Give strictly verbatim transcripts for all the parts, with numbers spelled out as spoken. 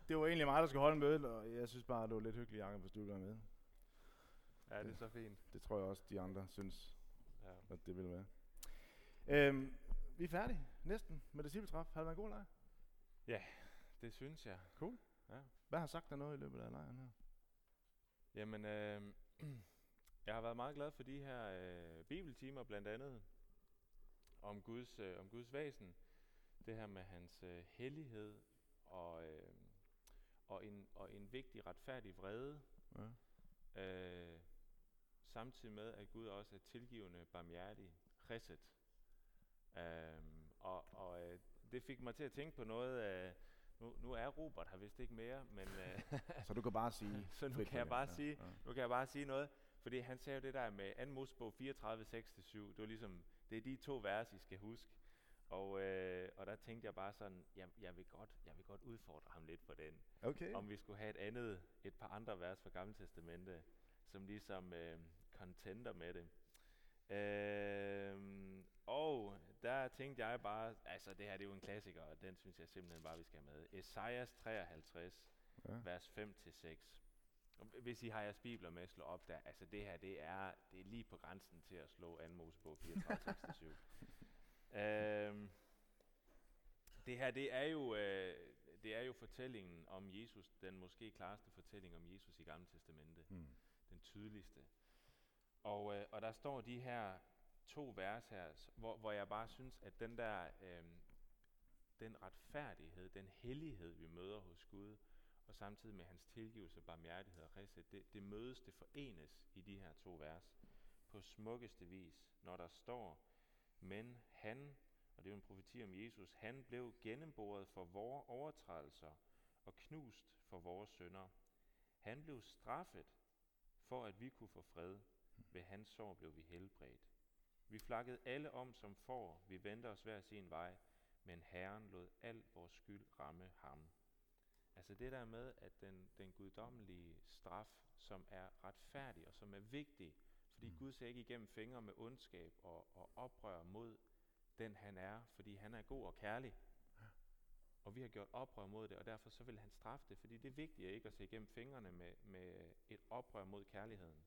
det var egentlig mig, der skulle holde mødet, og jeg synes bare, det var lidt hyggeligt, Jacob, hvis du ville være med. Ja, det er så fint. Det tror jeg også, de andre synes, Ja. at det ville være. Øhm, vi er færdige, næsten, med discipletræf. Har det været en god leg? Ja, det synes jeg. Cool. Ja. Hvad har sagt dig noget i løbet af lejren her? Jamen, øh, jeg har været meget glad for de her øh, bibeltimer, blandt andet om Guds, øh, om Guds væsen. Det her med hans øh, hellighed og, øh, og, en, og en vigtig retfærdig vrede. Ja. Øh, samtidig med, at Gud også er tilgivende, barmhjertig, chesed. Øh, og og øh, det fik mig til at tænke på noget af... Nu, nu er Robert her vist ikke mere, men... Øh, Så du kan bare sige... så nu kan jeg bare sige, ja, ja. nu kan jeg bare sige noget, fordi han sagde jo det der med anden Mosebog fireogtredive, seks til syv. Det var ligesom, det er de to vers, I skal huske. Og, øh, og der tænkte jeg bare sådan, jeg, jeg, vil godt, jeg vil godt udfordre ham lidt på den. Okay. Om vi skulle have et andet, et par andre vers fra Gamle Testamente, som ligesom øh, contender med det. Øh, og der tænkte jeg bare, altså det her det er jo en klassiker, og den synes jeg simpelthen bare, vi skal have med. Esajas treoghalvtreds, ja. vers fem til seks. Hvis I har jeres bibler med, slå op der. Altså det her, det er, det er lige på grænsen til at slå anden Mosebog fireogtredive, seks til syv. øhm, det her, det er jo, øh, det er jo fortællingen om Jesus, den måske klareste fortælling om Jesus i Gamle Testamente. Mm. Den tydeligste. Og, øh, og der står de her to vers her, hvor, hvor jeg bare synes, at den der, øh, den retfærdighed, den hellighed, vi møder hos Gud, og samtidig med hans tilgivelse, barmhjertighed og chesed, det, det mødes, det forenes i de her to vers på smukkeste vis, når der står, men han, og det er jo en profeti om Jesus, han blev gennemboret for vores overtrædelser og knust for vores synder. Han blev straffet for, at vi kunne få fred. Ved hans sår blev vi helbredt. Vi flakkede alle om som får, vi vendte os hver sin vej, men Herren lod al vores skyld ramme ham. Altså det der med, at den, den guddommelige straf, som er retfærdig og som er vigtig, fordi mm. Gud ser ikke igennem fingre med ondskab og, og oprør mod den han er, fordi han er god og kærlig. Ja. Og vi har gjort oprør mod det, og derfor så vil han straffe det, fordi det er vigtigt ikke at se igennem fingrene med, med et oprør mod kærligheden.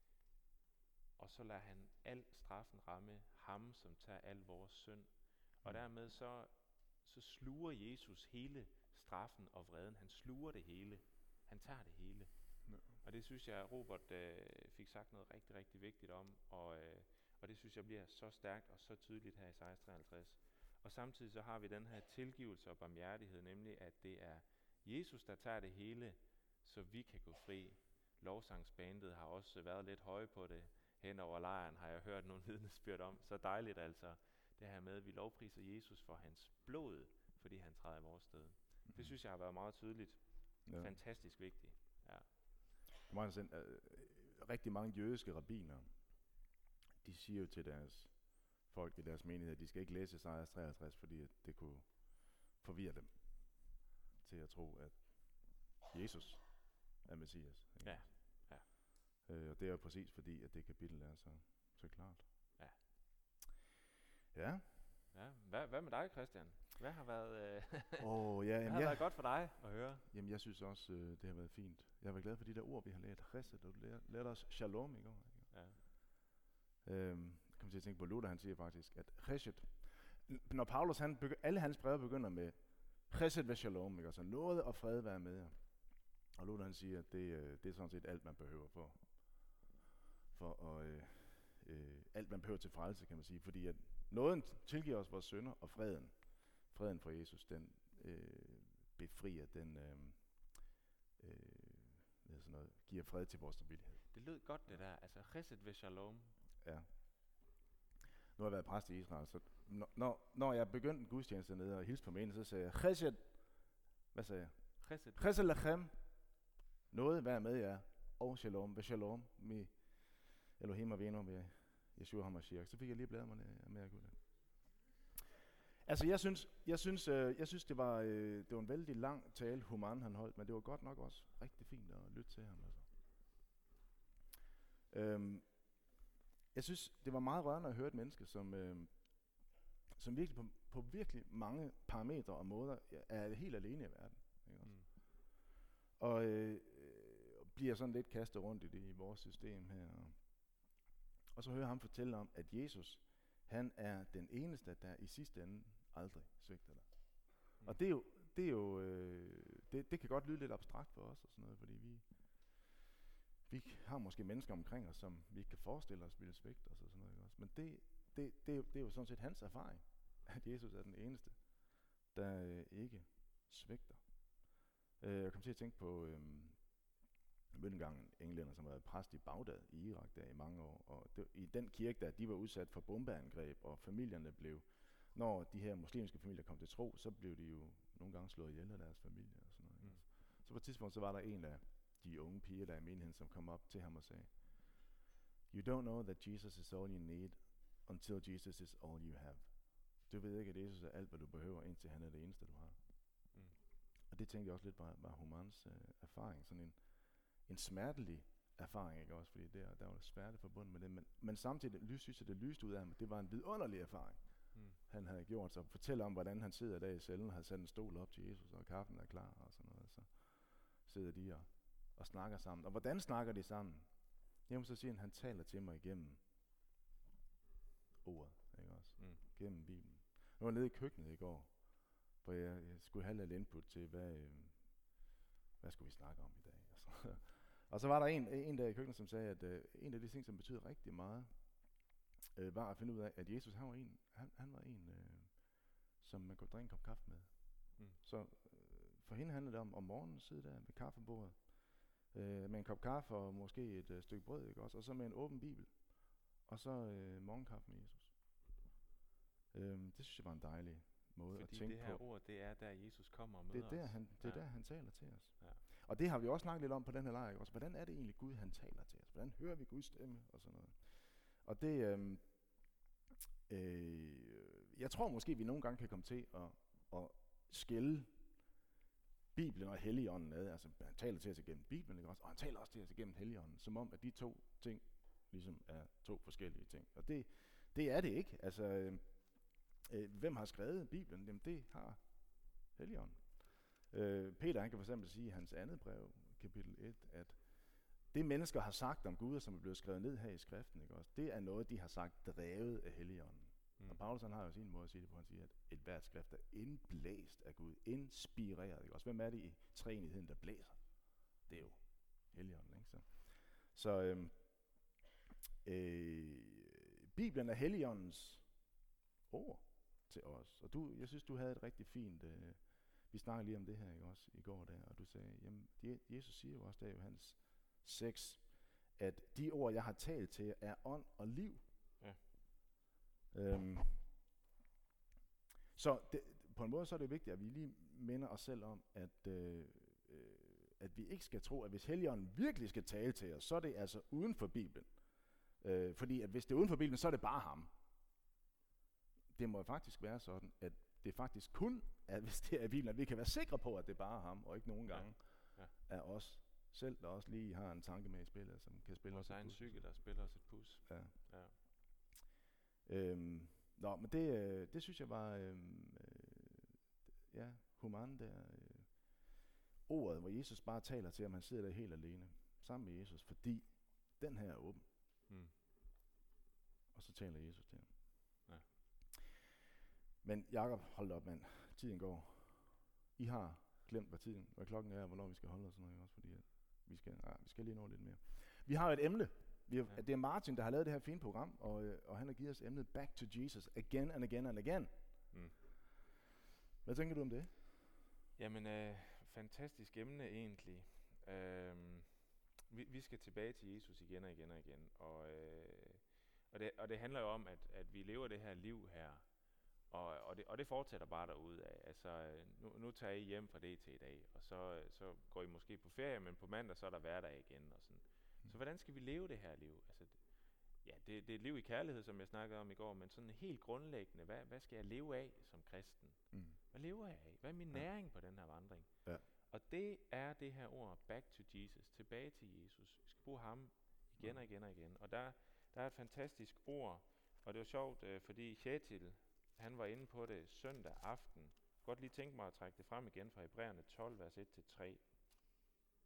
Og så lader han al straffen ramme ham, som tager al vores synd. Og dermed så, så sluger Jesus hele straffen og vreden. Han sluger det hele. Han tager det hele. Ja. Og det synes jeg, Robert øh, fik sagt noget rigtig, rigtig vigtigt om. Og, øh, og det synes jeg bliver så stærkt og så tydeligt her i Esajas treoghalvtreds. Og samtidig så har vi den her tilgivelse og barmhjertighed, nemlig at det er Jesus, der tager det hele, så vi kan gå fri. Lovsangsbandet har også været lidt høje på det. Hen over lejren har jeg hørt nogle vidnesbyrd om. Så dejligt altså, det her med, at vi lovpriser Jesus for hans blod, fordi han træder i vores sted. Mm-hmm. Det synes jeg har været meget tydeligt. Ja. Fantastisk vigtigt. Ja. Meget sind, øh, rigtig mange jødiske rabbiner, de siger jo til deres folk i deres menighed, at de skal ikke læse Esajas treoghalvtreds, fordi at det kunne forvirre dem til at tro, at Jesus er Messias. Ja. Øh, og det er jo præcis fordi, at det kapitel er så, så klart. Ja. Ja. Ja. Hvad, hvad med dig, Christian? Hvad har været, øh, oh, ja, hvad jamen, har ja. været godt for dig at høre? Jamen, jeg synes også, øh, det har været fint. Jeg har været glad for de der ord, vi har lært. Chesed, du lærte os shalom i går. Ikke? Ja. Øhm, jeg kommer til at tænke på Luther, han siger faktisk, at chesed, når Paulus, han begy- alle hans breve begynder med chesed ved shalom, ikke? Altså noget og fred være med jer. Og Luther, han siger, at det, øh, det er sådan set alt, man behøver for for at, øh, øh, alt man behøver til frelse, kan man sige, fordi at nåden tilgiver os vores synder, og freden, freden fra Jesus, den øh, befrier, den øh, øh, sådan noget, giver fred til vores stabilitet. Det lød godt det der, altså chesed ved shalom. Ja. Nu har jeg været præst i Israel, så når, når, når jeg begyndte en gudstjeneste nede og hilste på mænd, så sagde jeg, chesed, hvad sagde jeg? Chesed. Chesed lachem, noget vær med jer, og shalom, ved shalom, mi Elohim Avinu ved Yeshua HaMashiach. Så fik jeg lige bladet mig med at gå det. Altså jeg synes, jeg synes, øh, jeg synes det var øh, det var en vældig lang tale, Human han holdt, men det var godt nok også rigtig fint at lytte til ham. Altså. Øhm, jeg synes det var meget rørende at høre et menneske, som øh, som virkelig på, på virkelig mange parametre og måder er helt alene i verden. Ikke også? Mm. og øh, bliver sådan lidt kastet rundt i det i vores system her. Og så hører ham fortælle om, at Jesus, han er den eneste, der i sidste ende aldrig svigter dig. Mm. Og det er jo, det, er jo øh, det, det kan godt lyde lidt abstrakt for os og sådan noget, fordi vi, vi har måske mennesker omkring os, som vi ikke kan forestille os ville svigte os og sådan noget. Også. Men det, det, det, er jo, det er jo sådan set hans erfaring, at Jesus er den eneste, der øh, ikke svigter. Øh, jeg kom til at tænke på, øh, jeg mødte engang en englænder, som var præst i Bagdad i Irak der i mange år, og det, i den kirke der, de var udsat for bombeangreb, og familierne blev, når de her muslimske familier kom til tro, så blev de jo nogle gange slået ihjel af deres familie og sådan noget. Mm. Så på et tidspunkt, så var der en af de unge piger, der er i menigheden, som kom op til ham og sagde, "You don't know that Jesus is all you need, until Jesus is all you have." Du ved ikke, at Jesus er alt, hvad du behøver, indtil han er det eneste, du har. Mm. Og det tænkte jeg også lidt var, var Humans øh, erfaring, sådan en, en smertelig erfaring, ikke også, fordi der, der var smerte forbundet med det, men, men samtidig lys, synes jeg, det lyste ud af ham, det var en vidunderlig erfaring, mm. han havde gjort, så fortæller om, hvordan han sidder der i cellen, og havde sat en stol op til Jesus, og kaffen er klar, og sådan noget, så sidder de og, og snakker sammen. Og hvordan snakker de sammen? Jamen, så siger han, han taler til mig igennem ordet, ikke også? Mm. Gennem Bibelen. Jeg var nede i køkkenet i går, for jeg, jeg skulle have lidt input til, hvad, øh, hvad skulle vi snakke om i dag? Altså. Og så var der en, en der i køkkenet, som sagde, at øh, en af de ting, som betyder rigtig meget, øh, var at finde ud af, at Jesus, han var en, han, han var en øh, som man kunne drikke en kop kaffe med. Mm. Så øh, for hende handlede det om, om morgenen at sidde der ved kaffebordet, øh, med en kop kaffe og måske et øh, stykke brød, ikke også? Og så med en åben bibel, og så øh, morgenkaffe med Jesus. Øh, det synes jeg var en dejlig måde Fordi at tænke på. Fordi det her på. ord, det er der Jesus kommer og møder det er der, os. han, det er ja. der, han taler til os. Ja. Og det har vi også snakket lidt om på den her lejr også. Hvordan er det egentlig Gud, han taler til os? Hvordan hører vi Guds stemme og sådan noget? Og det, øh, øh, jeg tror måske, vi nogle gange kan komme til at, at skille Bibelen og Helligånden ad. Altså, han taler til os igennem Bibelen, ikke også? Og han taler også til os igennem Helligånden, som om, at de to ting ligesom er to forskellige ting. Og det, det er det ikke. Altså, øh, øh, hvem har skrevet Bibelen? Jamen, det har Helligånden. Øh, Peter, han kan for eksempel sige i hans andet brev, kapitel et, at det mennesker har sagt om Gud, som er blevet skrevet ned her i skriften, ikke også? Det er noget, de har sagt drevet af Helligånden. Mm. Og Paulus, han har jo sin måde at sige det på, han siger, at et hvert skrift er indblæst af Gud, inspireret, ikke også? Hvem er det i treenigheden, der blæser? Det er jo Helligånden, ikke? Så, så øhm, øh, Bibelen er Helligåndens ord til os. Og du, jeg synes, du havde et rigtig fint, øh, vi snakkede lige om det her, ikke også, i går der, og du sagde, jamen, Jesus siger jo også der i Johannes seks, at de ord, jeg har talt til jer, er ånd og liv. Ja. Øhm, så det, på en måde så er det vigtigt, at vi lige minder os selv om, at, øh, øh, at vi ikke skal tro, at hvis Helligånden virkelig skal tale til os, så er det altså uden for Bibelen. Øh, fordi at hvis det er uden for Bibelen, så er det bare ham. Det må faktisk være sådan, at det faktisk kun er, hvis det er Bibelen, at vi kan være sikre på, at det er bare ham, og ikke nogen gange ja. Ja. er os selv, der også lige har en tanke med i spillet, som kan spille vores os et egen pus. psyke, der spiller os et pus. Ja. Ja. Øhm, nå, men det, øh, det synes jeg var, øhm, øh, ja, human der, øh, ordet, hvor Jesus bare taler til, at man sidder der helt alene, sammen med Jesus, fordi den her er åben. Mm. Og så taler Jesus til ham. Ja. Men Jakob, hold op mand, tiden går. I har glemt, hvad tiden, hvad klokken er, og hvornår vi skal holde og sådan noget, også fordi at vi skal, nej, vi skal lige nå lidt mere. Vi har et emne. Vi har, ja. Det er Martin, der har lavet det her fine program, og, og han har givet os emnet Back to Jesus, again and again and again. Mm. Hvad tænker du om det? Jamen, øh, fantastisk emne egentlig. Øhm, vi, vi skal tilbage til Jesus igen og igen og igen, og, øh, og, det, og det handler jo om, at, at vi lever det her liv her, og, og, det, og det fortsætter bare derude af. Altså, nu, nu tager I hjem fra det til i dag, og så, så går I måske på ferie, men på mandag så er der hverdag igen og sådan. Så hvordan skal vi leve det her liv? Altså, ja, det, det er et liv i kærlighed, som jeg snakkede om i går, men sådan helt grundlæggende, hvad, hvad skal jeg leve af som kristen? Mm. Hvad lever jeg af? Hvad er min næring ja. på den her vandring? Ja. Og det er det her ord, back to Jesus, tilbage til Jesus. Vi skal bruge ham igen og igen og igen. Og der, der er et fantastisk ord, og det var sjovt, øh, fordi Kjetil, han var inde på det søndag aften. Jeg kunne godt lige tænke mig at trække det frem igen fra Hebræerne tolv, vers et til tre.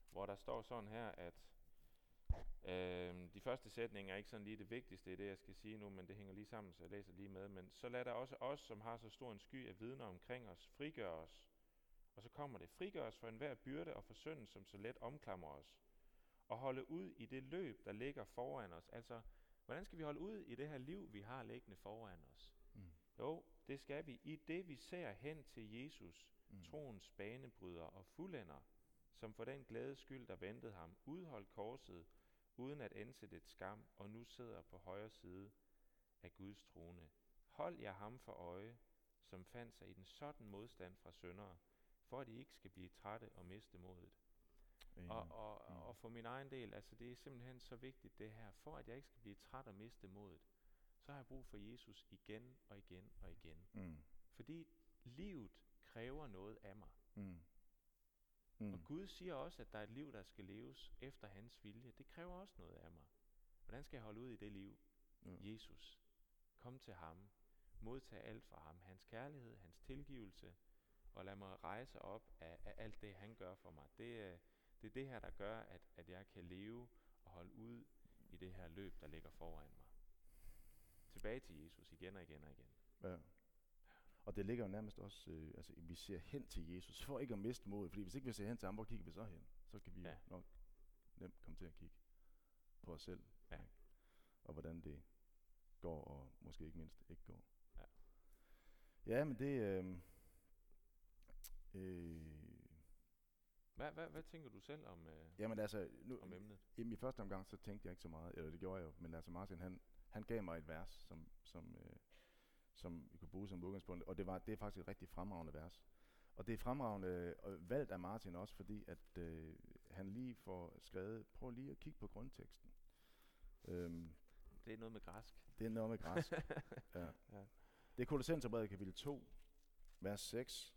hvor der står sådan her, at øh, de første sætninger er ikke sådan lige det vigtigste i det, jeg skal sige nu, men det hænger lige sammen, så jeg læser lige med. Men så lad der også os, som har så stor en sky af vidner omkring os, frigøre os. Og så kommer det, frigør os for enhver byrde og for synden, som så let omklamrer os. Og holde ud i det løb, der ligger foran os. Altså, hvordan skal vi holde ud i det her liv, vi har liggende foran os? Mm. Jo, det skal vi i det, vi ser hen til Jesus, mm. troens banebryder og fuldender, som for den glæde skyld, der ventede ham, udholdt korset, uden at ænse det skam, og nu sidder på højre side af Guds trone. Hold jer ham for øje, som fandt sig i den sådan modstand fra syndere, for at I ikke skal blive trætte og miste modet. Og, og, mm. og for min egen del, altså det er simpelthen så vigtigt det her, for at jeg ikke skal blive træt og miste modet, så har jeg brug for Jesus igen og igen og igen. Mm. Fordi livet kræver noget af mig. Mm. Mm. Og Gud siger også, at der er et liv, der skal leves efter hans vilje. Det kræver også noget af mig. Hvordan skal jeg holde ud i det liv? Mm. Jesus. Kom til ham. Modtag alt fra ham. Hans kærlighed, hans tilgivelse. Og lad mig rejse op af, af alt det, han gør for mig. Det, det er det her, der gør, at, at jeg kan leve og holde ud i det her løb, der ligger foran mig. Tilbage til Jesus igen og igen og igen. Ja. Og det ligger jo nærmest også, øh, altså vi ser hen til Jesus, for ikke at miste modet. Fordi hvis ikke vi ser hen til ham, hvor kigger vi så hen? Så kan vi ja. nok nemt komme til at kigge på os selv. Ja. Og hvordan det går, og måske ikke mindst ikke går. Ja, ja men det... Øh, øh, hvad, hvad, hvad tænker du selv om, øh, jamen, altså, nu, om emnet? I min første omgang, så tænkte jeg ikke så meget, eller det gjorde jeg jo, men altså Martin, han, han gav mig et vers, som... som øh, som vi kunne bruge som udgangspunkt, og det, var, det er faktisk et rigtig fremragende vers. Og det er fremragende øh, valgt af Martin også, fordi at øh, han lige får skrevet, prøv lige at kigge på grundteksten. Øhm, det er noget med græsk. Det er noget med græsk, ja. Ja. Det er Kolossenserbrevet kapitel to, vers seks.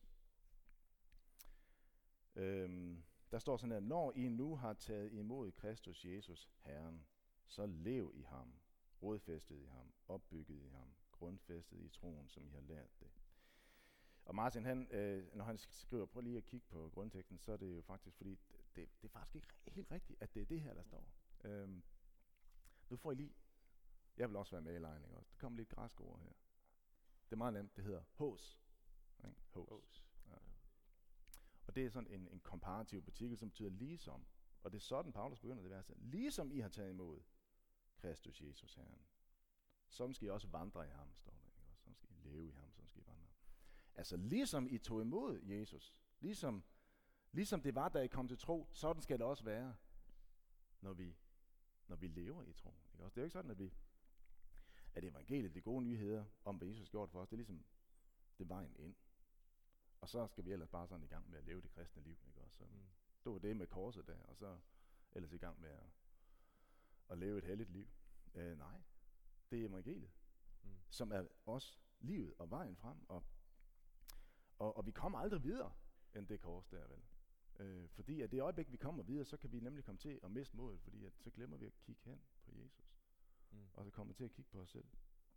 Øhm, der står sådan her, når I nu har taget imod Kristus Jesus, Herren, så lev i ham, rodfæstet i ham, opbygget i ham, grundfæstet i troen, som I har lært det. Og Martin, han, øh, når han skriver, prøv lige at kigge på grundteksten, så er det jo faktisk, fordi det, det er faktisk ikke helt rigtigt, at det er det her, der står. Øhm, nu får I lige, jeg vil også være med i lejen, ikke også? Der kommer lidt græsk ord her. Det er meget nemt, det hedder hos. Ikke? Hos. hos. Ja. Og det er sådan en, en komparativ partikel, som betyder ligesom. Og det er sådan, Paulus begynder det vers. Ligesom I har taget imod Kristus Jesus, Herren. Så skal I også vandre i ham, står der. Ikke? Så skal I leve i ham, så skal I vandre. Altså ligesom I tog imod Jesus, ligesom, ligesom det var, da I kom til tro, sådan skal det også være, når vi, når vi lever i tro. Ikke? Det er jo ikke sådan, at, vi, at evangeliet, de gode nyheder om, hvad Jesus har gjort for os, det er ligesom det vejen ind. Og så skal vi ellers bare sådan i gang med at leve det kristne liv. Ikke? Så mm. det var det med korset der, og så ellers i gang med at, at leve et helligt liv. Øh, nej. Det er evangeliet, mm. som er også livet og vejen frem. Og, og, og vi kommer aldrig videre end det kors der, vel? Øh, fordi at det øjeblik, vi kommer videre, så kan vi nemlig komme til at miste modet, fordi at så glemmer vi at kigge hen på Jesus. Mm. Og så kommer vi til at kigge på os selv.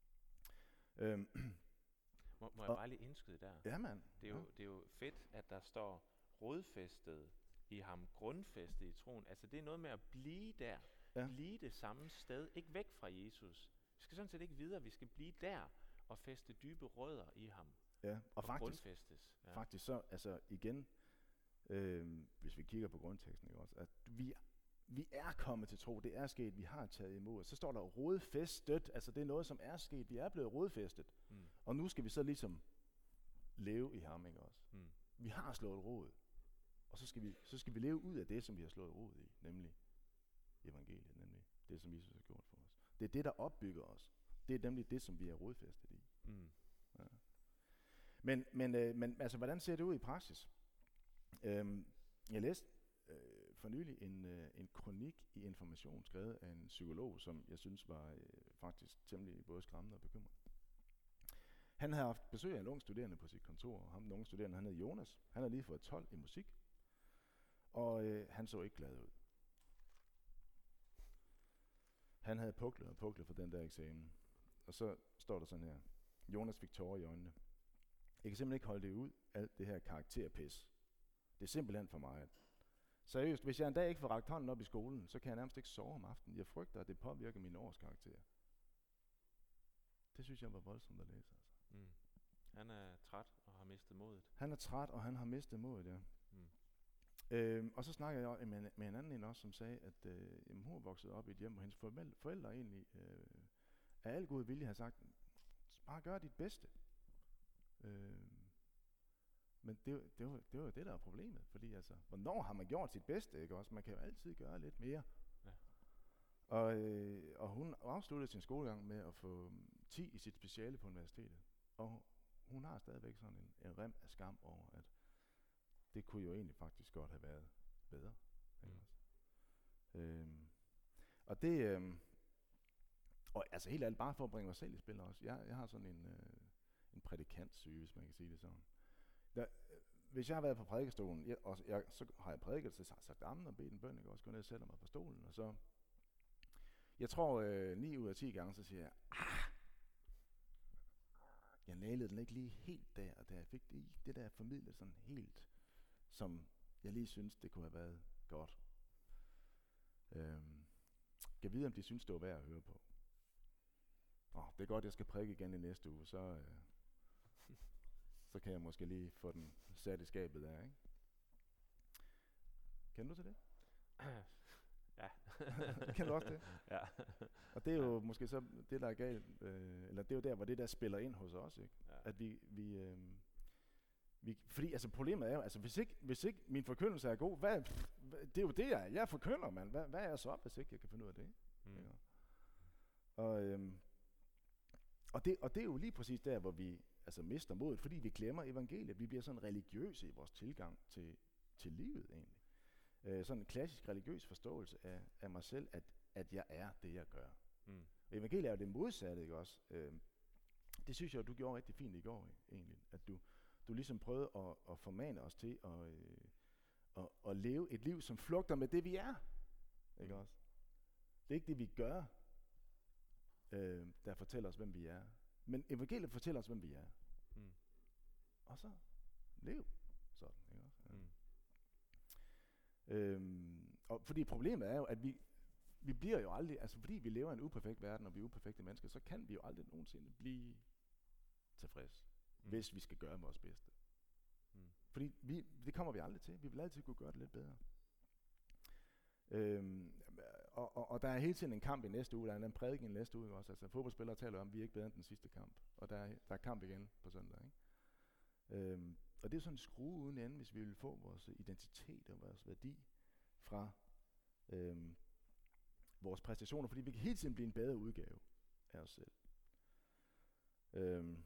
Øhm, må, må jeg bare lige indskyde der? Ja, mand. Det er, jo, ja. det er jo fedt, at der står rodfæstet i ham, grundfæstet i troen. Altså det er noget med at blive der. Ja. Blive det samme sted. Ikke væk fra Jesus. Vi skal sådan set ikke videre. Vi skal blive der og fæste dybe rødder i ham. Ja, og, og faktisk, grundfæstes. Ja. Faktisk så, altså igen, øh, hvis vi kigger på grundteksten, ikke også, at vi, vi er kommet til tro. Det er sket. Vi har taget imod. Så står der rodfæstet. Altså det er noget, som er sket. Vi er blevet rodfæstet. Mm. Og nu skal vi så ligesom leve i ham, ikke også? Mm. Vi har slået rod. Og så skal, vi, så skal vi leve ud af det, som vi har slået rod i, nemlig evangeliet, nemlig det, som Jesus har gjort for os. Det er det, der opbygger os. Det er nemlig det, som vi er rodfæstet i. Mm. Ja. Men, men, øh, men altså, hvordan ser det ud i praksis? Øhm, jeg læste øh, for nylig en, øh, en kronik i Information, skrevet af en psykolog, som jeg synes var øh, faktisk temmelig både skræmmende og bekymrende. Han havde haft besøg af en ung studerende på sit kontor, og ham den unge studerende, han hed Jonas. Han havde lige fået tolv i musik, og øh, han så ikke glad ud. Han havde puklet og puklet for den der eksamen. Og så står der sådan her. Jonas fik tårer i øjnene. Jeg kan simpelthen ikke holde det ud, alt det her karakterpis. Det er simpelthen for meget. Seriøst, hvis jeg en dag ikke får rakt hånden op i skolen, så kan jeg nærmest ikke sove om aftenen. Jeg frygter, at det påvirker min årskarakter. Det synes jeg var voldsomt at læse, altså. Mm. Han er træt og har mistet modet. Han er træt, og han har mistet modet, ja. Mm. Øhm, og så snakker jeg med, med en anden en også, som sagde, at øh, jamen, hun er vokset op i et hjem, hvor hendes forældre, forældre egentlig øh, af al god vilje har sagt, bare gør dit bedste. Øh, men det, det, var, det var jo det, der er problemet, fordi altså, hvornår har man gjort sit bedste, ikke også? Man kan jo altid gøre lidt mere. Ja. Og, øh, og hun afsluttede sin skolegang med at få ti i sit speciale på universitetet. Og hun har stadigvæk sådan en, en rem af skam over, at det kunne jo egentlig faktisk godt have været bedre. Mm. Ikke også? Øhm, og det, øhm, og altså helt alt bare for at bringe mig selv i spil også. Jeg, jeg har sådan en, øh, en prædikantsyge, hvis man kan sige det sådan. Der, øh, hvis jeg har været på prædikestolen, jeg, og jeg, så har jeg prædiket, så har jeg sagt amen og bedt en bøn, jeg kan også gå ned og sætte mig på stolen, og så, jeg tror øh, ni ud af ti gange, så siger jeg, ah, jeg nailede den ikke lige helt der, og da jeg fik det i, det der formidlet sådan helt, som jeg lige synes, det kunne have været godt. Øhm, kan vide, om de synes, det var værd at høre på. Åh, det er godt, jeg skal prædike igen i næste uge, så, øh, så kan jeg måske lige få den sat i skabet der, ikke? Kender du til det? Ja. Kender du også det? Ja. Og det er jo måske så det, der er galt, øh, eller det er jo der, hvor det der spiller ind hos os, ikke? Ja. At vi, vi, øh, vi, fordi altså problemet er jo, altså hvis ikke, hvis ikke min forkyndelse er god, hvad, det er jo det, jeg er. Jeg forkynder, mand. Hvad, hvad er jeg så, hvis ikke jeg kan finde ud af det? Mm. Ikke? Og, øhm, og, det, og det er jo lige præcis der, hvor vi altså mister modet, fordi vi glemmer evangeliet. Vi bliver sådan religiøse i vores tilgang til, til livet egentlig. Øh, sådan en klassisk religiøs forståelse af, af mig selv, at, at jeg er det, jeg gør. Mm. Og evangeliet er jo det modsatte, ikke også? Øh, det synes jeg, du gjorde rigtig fint i går, egentlig. At du, du ligesom prøvede at, at formane os til at, øh, at, at leve et liv, som flugter med det, vi er. Ikke Mm. også? Det er ikke det, vi gør, øh, der fortæller os, hvem vi er. Men evangeliet fortæller os, hvem vi er. Mm. Og så lev sådan, ikke også? Ja. Mm. Øhm, og fordi problemet er jo, at vi, vi bliver jo aldrig, altså fordi vi lever i en uperfekt verden, og vi er uperfekte mennesker, så kan vi jo aldrig nogensinde blive tilfreds, Mm. hvis vi skal gøre vores bedste. Mm. Fordi vi, det kommer vi aldrig til. Vi vil altid kunne gøre det lidt bedre. Øhm, og, og, og der er hele tiden en kamp i næste uge. Der er en prædiken i næste uge også. Altså fodboldspillere taler om, at vi er ikke bedre end den sidste kamp. Og der er, der er kamp igen på søndag. Ikke? Øhm, og det er sådan en skrue uden ende, hvis vi vil få vores identitet og vores værdi fra øhm, vores præstationer. Fordi vi kan hele tiden blive en bedre udgave af os selv. Øhm,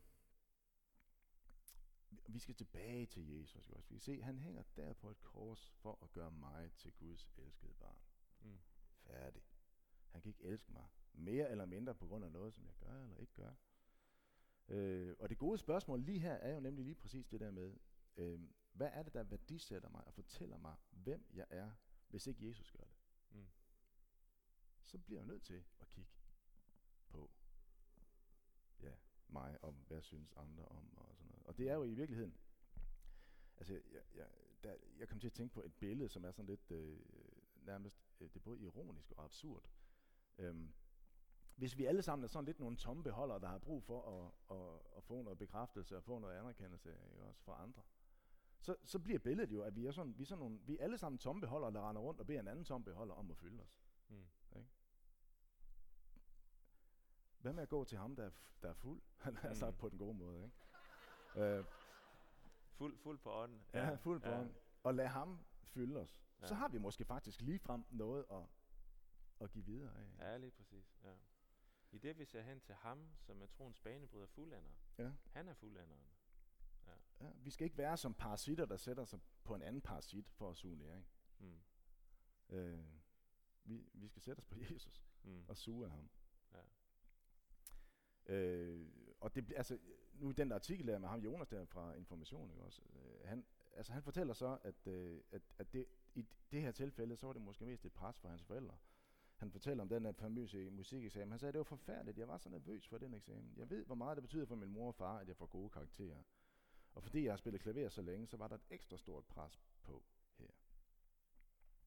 Vi skal tilbage til Jesus. Også. Vi kan se, at han hænger der på et kors for at gøre mig til Guds elskede barn. Mm. Færdig. Han kan ikke elske mig mere eller mindre på grund af noget, som jeg gør eller ikke gør. Øh, og det gode spørgsmål lige her er jo nemlig lige præcis det der med, øh, hvad er det, der værdisætter mig og fortæller mig, hvem jeg er, hvis ikke Jesus gør det? Mm. Så bliver jeg nødt til at kigge på ja, mig, om hvad synes andre om og sådan noget. Og det er jo i virkeligheden, altså jeg, jeg, der, jeg kom til at tænke på et billede, som er sådan lidt øh, nærmest, øh, det er både ironisk og absurd. Øhm, hvis vi alle sammen er sådan lidt nogle tomme beholdere, der har brug for at, at, at få noget bekræftelse og få noget anerkendelse, ikke, også fra andre, så, så bliver billedet jo, at vi er, sådan, vi, er sådan nogle, vi er alle sammen tomme beholdere, der render rundt og beder en anden tomme beholder om at fylde os. Mm. Ikke? Hvad med at gå til ham, der er, f- der er fuld? Han er Mm. sagt på den gode måde, ikke? øh, Fuld, fuld på ånden. ja, fuld på ja. ham. Og lad ham fylde os. Ja. Så har vi måske faktisk ligefrem noget at, at give videre af. Ja, lige præcis. Ja. I det vi ser hen til ham, som er troens banebryder fuldender. Ja. Han er fuldenderen. Ja. Ja, vi skal ikke være som parasitter, der sætter sig på en anden parasit for at suge næring. Mm. Øh, vi, vi skal sætte os på Jesus Mm. og suge af ham. Ja. Øh, og det, altså, nu den der artikel der med ham, Jonas der fra Information, ikke også? Øh, han, altså, han fortæller så, at, øh, at, at det, i det her tilfælde, så var det måske mest et pres for hans forældre. Han fortæller om den der famøse musikeksamen. Han sagde, at det var forfærdeligt. Jeg var så nervøs for den eksamen. Jeg ved, hvor meget det betyder for min mor og far, at jeg får gode karakterer. Og fordi jeg har spillet klaver så længe, så var der et ekstra stort pres på her.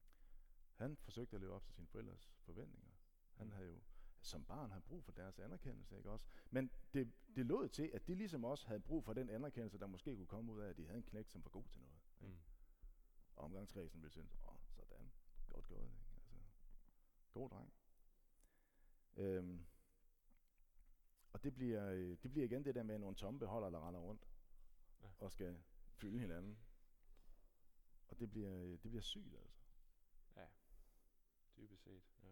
Han forsøgte at leve op til sine forældres forventninger. Han havde jo som barn havde brug for deres anerkendelse, ikke også? Men det, det lod til, at de ligesom også havde brug for den anerkendelse, der måske kunne komme ud af, at de havde en knægt, som var god til noget. Mm. Og omgangskredsen ville synes, åh, sådan, godt gået, ikke? Altså, god dreng. Øhm, og det bliver, det bliver igen det der med nogle tomme beholder, der render rundt ja. og skal fylde hinanden. Og det bliver, det bliver sygt, altså. Ja, dybest set, ja.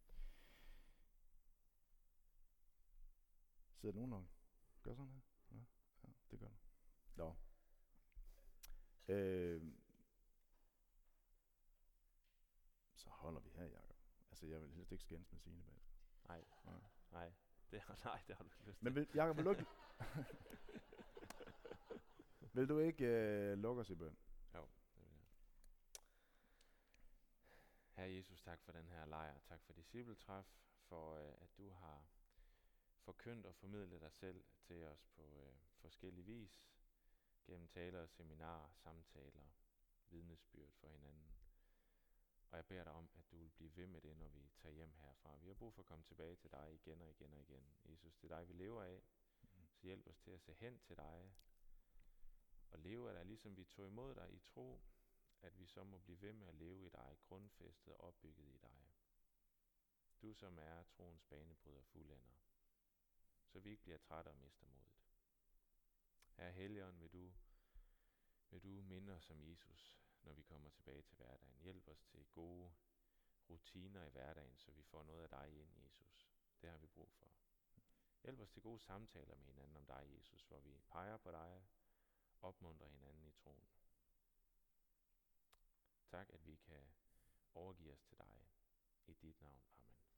Sidder nogen nok? Gør sådan her? Ja, ja, det gør den. Nå. Øh, så holder vi her, Jacob. Altså, jeg vil helst ikke skændes med Signe bag. Nej, nej, nej. Det har, nej, det har du ikke lyst til. Men vil, Jacob, vil du ikke... vil du ikke øh, lukke os i bøn? Jo, det vil jeg. Herre Jesus, tak for den her lejr. Tak for discipletræf, for øh, at du har forkyndt og formidlet dig selv til os på øh, forskellige vis, gennem taler, seminarer, samtaler, vidnesbyrd for hinanden. Og jeg beder dig om, at du vil blive ved med det, når vi tager hjem herfra. Vi har brug for at komme tilbage til dig igen og igen og igen. Jesus, det er dig, vi lever af. Mm. Så hjælp os til at se hen til dig og leve af dig, ligesom vi tog imod dig i tro, at vi så må blive ved med at leve i dig, grundfæstet og opbygget i dig. Du som er troens banebryder fuldender, så vi ikke bliver trætte og mister modet. Herre Helligånd, vil du, vil du minde os om Jesus, når vi kommer tilbage til hverdagen. Hjælp os til gode rutiner i hverdagen, så vi får noget af dig ind, Jesus. Det har vi brug for. Hjælp os til gode samtaler med hinanden om dig, Jesus, hvor vi peger på dig, opmuntrer hinanden i troen. Tak, at vi kan overgive os til dig. I dit navn. Amen.